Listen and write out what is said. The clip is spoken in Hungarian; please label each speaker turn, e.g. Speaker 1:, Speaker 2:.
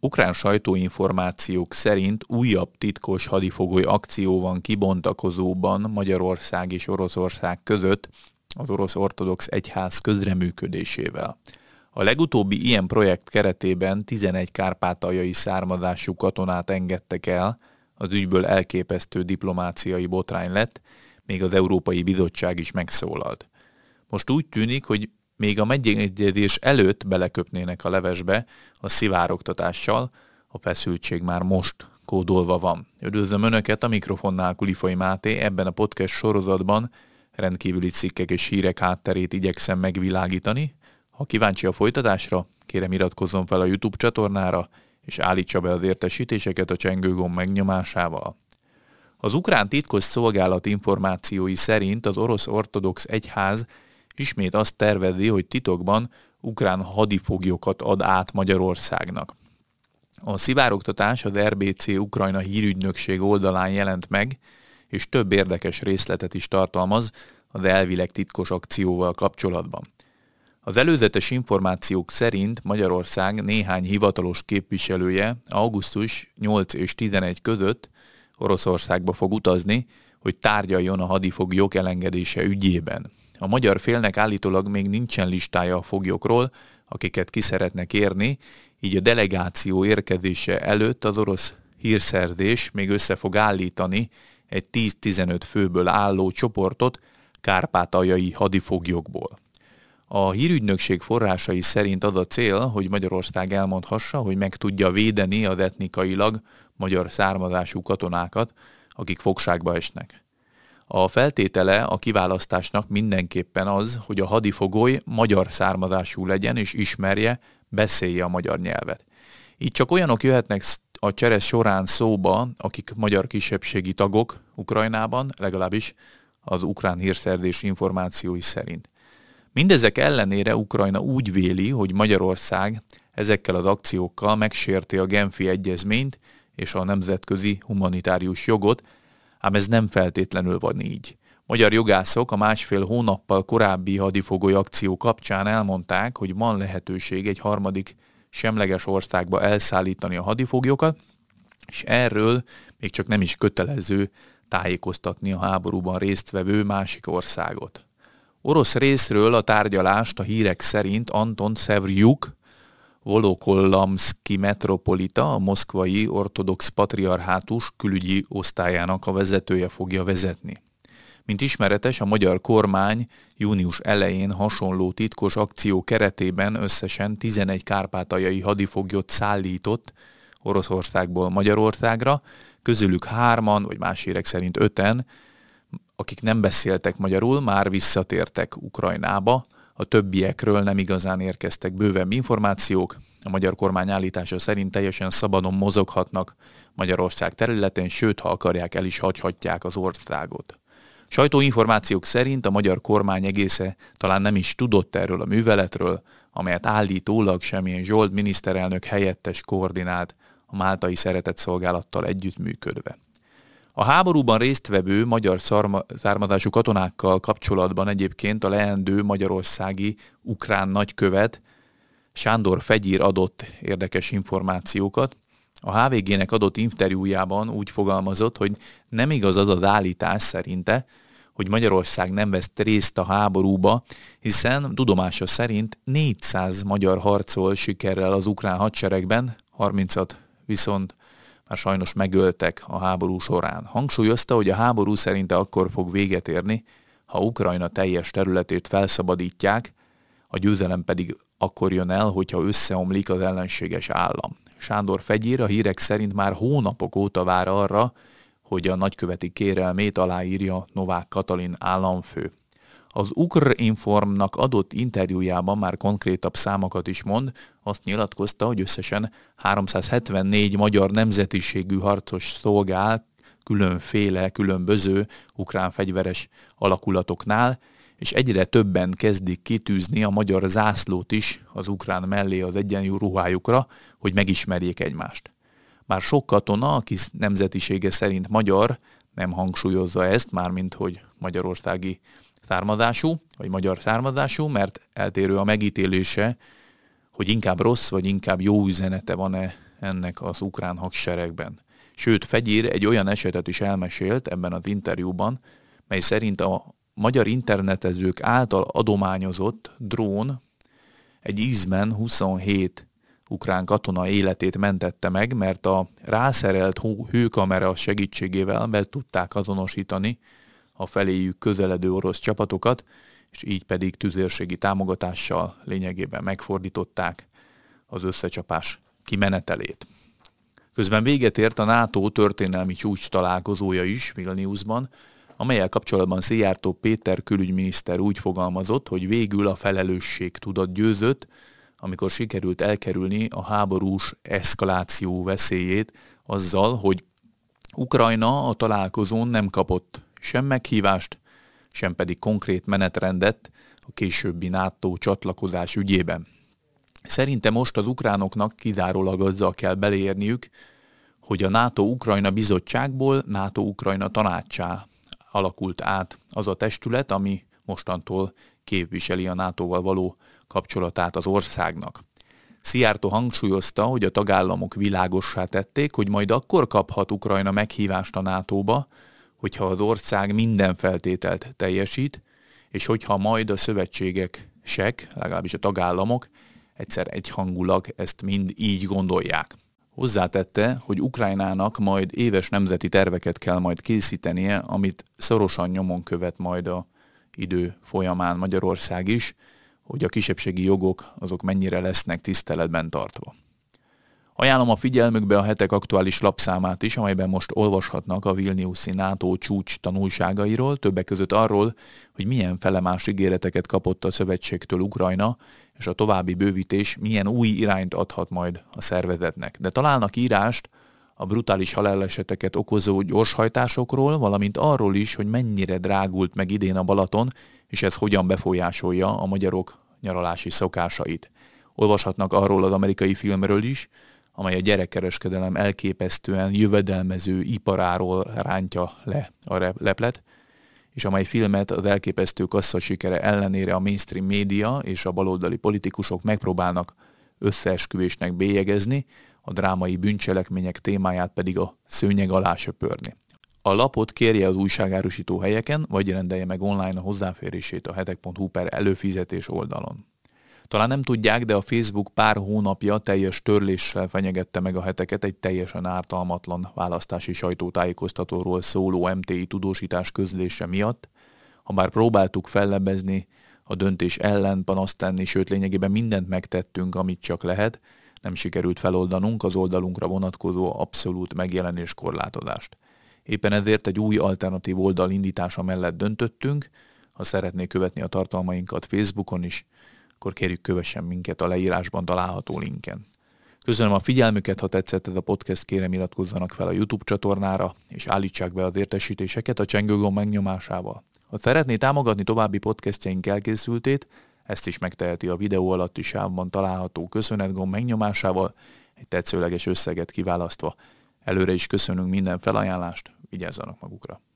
Speaker 1: Ukrán sajtóinformációk szerint újabb titkos hadifogoly akció van kibontakozóban Magyarország és Oroszország között az orosz ortodox egyház közreműködésével. A legutóbbi ilyen projekt keretében 11 kárpátaljai származású katonát engedtek el, az ügyből elképesztő diplomáciai botrány lett, még az Európai Bizottság is megszólalt. Most úgy tűnik, hogy még a megegyezés előtt beleköpnének a levesbe a szivárogtatással, a feszültség már most kódolva van. Üdvözlöm Önöket, a mikrofonnál Kulifai Máté, ebben a podcast sorozatban rendkívüli cikkek és hírek hátterét igyekszem megvilágítani. Ha kíváncsi a folytatásra, kérem iratkozzon fel a YouTube csatornára, és állítsa be az értesítéseket a csengőgomb megnyomásával. Az ukrán titkos szolgálat információi szerint az orosz ortodox egyház ismét azt tervezi, hogy titokban ukrán hadifoglyokat ad át Magyarországnak. A szivárogtatás az RBC Ukrajna hírügynökség oldalán jelent meg, és több érdekes részletet is tartalmaz az elvileg titkos akcióval kapcsolatban. Az előzetes információk szerint Magyarország néhány hivatalos képviselője augusztus 8 és 11 között Oroszországba fog utazni, hogy tárgyaljon a hadifoglyok elengedése ügyében. A magyar félnek állítólag még nincsen listája a foglyokról, akiket ki szeretnek érni, így a delegáció érkezése előtt az orosz hírszerzés még össze fog állítani egy 10-15 főből álló csoportot kárpátaljai hadifoglyokból. A hírügynökség forrásai szerint az a cél, hogy Magyarország elmondhassa, hogy meg tudja védeni az etnikailag magyar származású katonákat, akik fogságba esnek. A feltétele a kiválasztásnak mindenképpen az, hogy a hadifogoly magyar származású legyen és ismerje, beszélje a magyar nyelvet. Így csak olyanok jöhetnek a csere során szóba, akik magyar kisebbségi tagok Ukrajnában, legalábbis az ukrán hírszerzés információi szerint. Mindezek ellenére Ukrajna úgy véli, hogy Magyarország ezekkel az akciókkal megsérti a Genfi egyezményt és a nemzetközi humanitárius jogot, ám ez nem feltétlenül van így. Magyar jogászok a másfél hónappal korábbi hadifogoly akció kapcsán elmondták, hogy van lehetőség egy harmadik semleges országba elszállítani a hadifoglyokat, és erről még csak nem is kötelező tájékoztatni a háborúban résztvevő másik országot. Orosz részről a tárgyalást a hírek szerint Anton Szevryuk, Volokollamszki metropolita, a moszkvai ortodox patriarhátus külügyi osztályának a vezetője fogja vezetni. Mint ismeretes, a magyar kormány június elején hasonló titkos akció keretében összesen 11 kárpátaljai hadifoglyot szállított Oroszországból Magyarországra, közülük 3-an, vagy más hírek szerint 5-en, akik nem beszéltek magyarul, már visszatértek Ukrajnába. A többiekről nem igazán érkeztek bővebb információk. A magyar kormány állítása szerint teljesen szabadon mozoghatnak Magyarország területén, sőt, ha akarják, el is hagyhatják az országot. Sajtóinformációk szerint a magyar kormány egésze talán nem is tudott erről a műveletről, amelyet állítólag Semjén Zsolt miniszterelnök helyettes koordinált a máltai szeretetszolgálattal együttműködve. A háborúban résztvevő magyar származású katonákkal kapcsolatban egyébként a leendő magyarországi ukrán nagykövet Sándor Fegyír adott érdekes információkat. A HVG-nek adott interjújában úgy fogalmazott, hogy nem igaz az az állítás szerinte, hogy Magyarország nem vesz részt a háborúba, hiszen tudomása szerint 400 magyar harcol sikerrel az ukrán hadseregben, 30-at viszont már sajnos megöltek a háború során. Hangsúlyozta, hogy a háború szerinte akkor fog véget érni, ha Ukrajna teljes területét felszabadítják, a győzelem pedig akkor jön el, hogyha összeomlik az ellenséges állam. Sándor Fegyír a hírek szerint már hónapok óta vár arra, hogy a nagyköveti kérelmét aláírja Novák Katalin államfő. Az Ukrinformnak adott interjújában már konkrétabb számokat is mond, azt nyilatkozta, hogy összesen 374 magyar nemzetiségű harcos szolgál különböző ukrán fegyveres alakulatoknál, és egyre többen kezdik kitűzni a magyar zászlót is az ukrán mellé az egyenruhájukra, hogy megismerjék egymást. Bár sok katona, aki nemzetisége szerint magyar, nem hangsúlyozza ezt, mármint hogy magyarországi származású, vagy magyar származású, mert eltérő a megítélése hogy inkább rossz vagy inkább jó üzenete van-e ennek az ukrán hadseregben. Sőt, Fegyér egy olyan esetet is elmesélt ebben az interjúban, mely szerint a magyar internetezők által adományozott drón egy ízben 27 ukrán katona életét mentette meg, mert a rászerelt hőkamera segítségével be tudták azonosítani a feléjük közeledő orosz csapatokat, és így pedig tüzérségi támogatással lényegében megfordították az összecsapás kimenetelét. Közben véget ért a NATO történelmi csúcs találkozója is Vilniusban, amellyel kapcsolatban Szijjártó Péter külügyminiszter úgy fogalmazott, hogy végül a felelősség tudat győzött, amikor sikerült elkerülni a háborús eszkaláció veszélyét azzal, hogy Ukrajna a találkozón nem kapott sem meghívást, sem pedig konkrét menetrendet a későbbi NATO csatlakozás ügyében. Szerintem most az ukránoknak kizárólag azzal kell beleérniük, hogy a NATO-Ukrajna bizottságból NATO-Ukrajna tanácssá alakult át az a testület, ami mostantól képviseli a NATO-val való kapcsolatát az országnak. Szijjártó hangsúlyozta, hogy a tagállamok világossá tették, hogy majd akkor kaphat Ukrajna meghívást a NATO-ba, hogyha az ország minden feltételt teljesít, és hogyha majd a szövetségesek, legalábbis a tagállamok egyszer egyhangulag ezt mind így gondolják. Hozzátette, hogy Ukrajnának majd éves nemzeti terveket kell majd készítenie, amit szorosan nyomon követ majd a idő folyamán Magyarország is, hogy a kisebbségi jogok azok mennyire lesznek tiszteletben tartva. Ajánlom a figyelmükbe a hetek aktuális lapszámát is, amelyben most olvashatnak a vilniuszi NATO csúcs tanulságairól, többek között arról, hogy milyen felemás ígéreteket kapott a szövetségtől Ukrajna, és a további bővítés milyen új irányt adhat majd a szervezetnek. De találnak írást a brutális haláleseteket okozó gyorshajtásokról, valamint arról is, hogy mennyire drágult meg idén a Balaton, és ez hogyan befolyásolja a magyarok nyaralási szokásait. Olvashatnak arról az amerikai filmről is, amely a gyerekkereskedelem elképesztően jövedelmező iparáról rántja le a leplet, és amely filmet az elképesztő kasszasikere ellenére a mainstream média és a baloldali politikusok megpróbálnak összeesküvésnek bélyegezni, a drámai bűncselekmények témáját pedig a szőnyeg alá söpörni. A lapot kérje az újságárusító helyeken, vagy rendelje meg online a hozzáférését a hetek.hu/előfizetés oldalon. Talán nem tudják, de a Facebook pár hónapja teljes törléssel fenyegette meg a heteket egy teljesen ártalmatlan választási sajtótájékoztatóról szóló MTI tudósítás közlése miatt. Habár próbáltuk fellebbezni a döntés ellen, panaszt tenni, sőt lényegében mindent megtettünk, amit csak lehet, nem sikerült feloldanunk az oldalunkra vonatkozó abszolút megjelenés korlátozást. Éppen ezért egy új alternatív oldal indítása mellett döntöttünk. Ha szeretné követni a tartalmainkat Facebookon is, akkor kérjük, kövessen minket a leírásban található linken. Köszönöm a figyelmüket, ha tetszett ez a podcast, kérem iratkozzanak fel a YouTube csatornára, és állítsák be az értesítéseket a csengőgomb megnyomásával. Ha szeretné támogatni további podcastjaink elkészültét, ezt is megteheti a videó alatti sávban található köszönetgomb megnyomásával, egy tetszőleges összeget kiválasztva. Előre is köszönünk minden felajánlást, vigyázzanak magukra!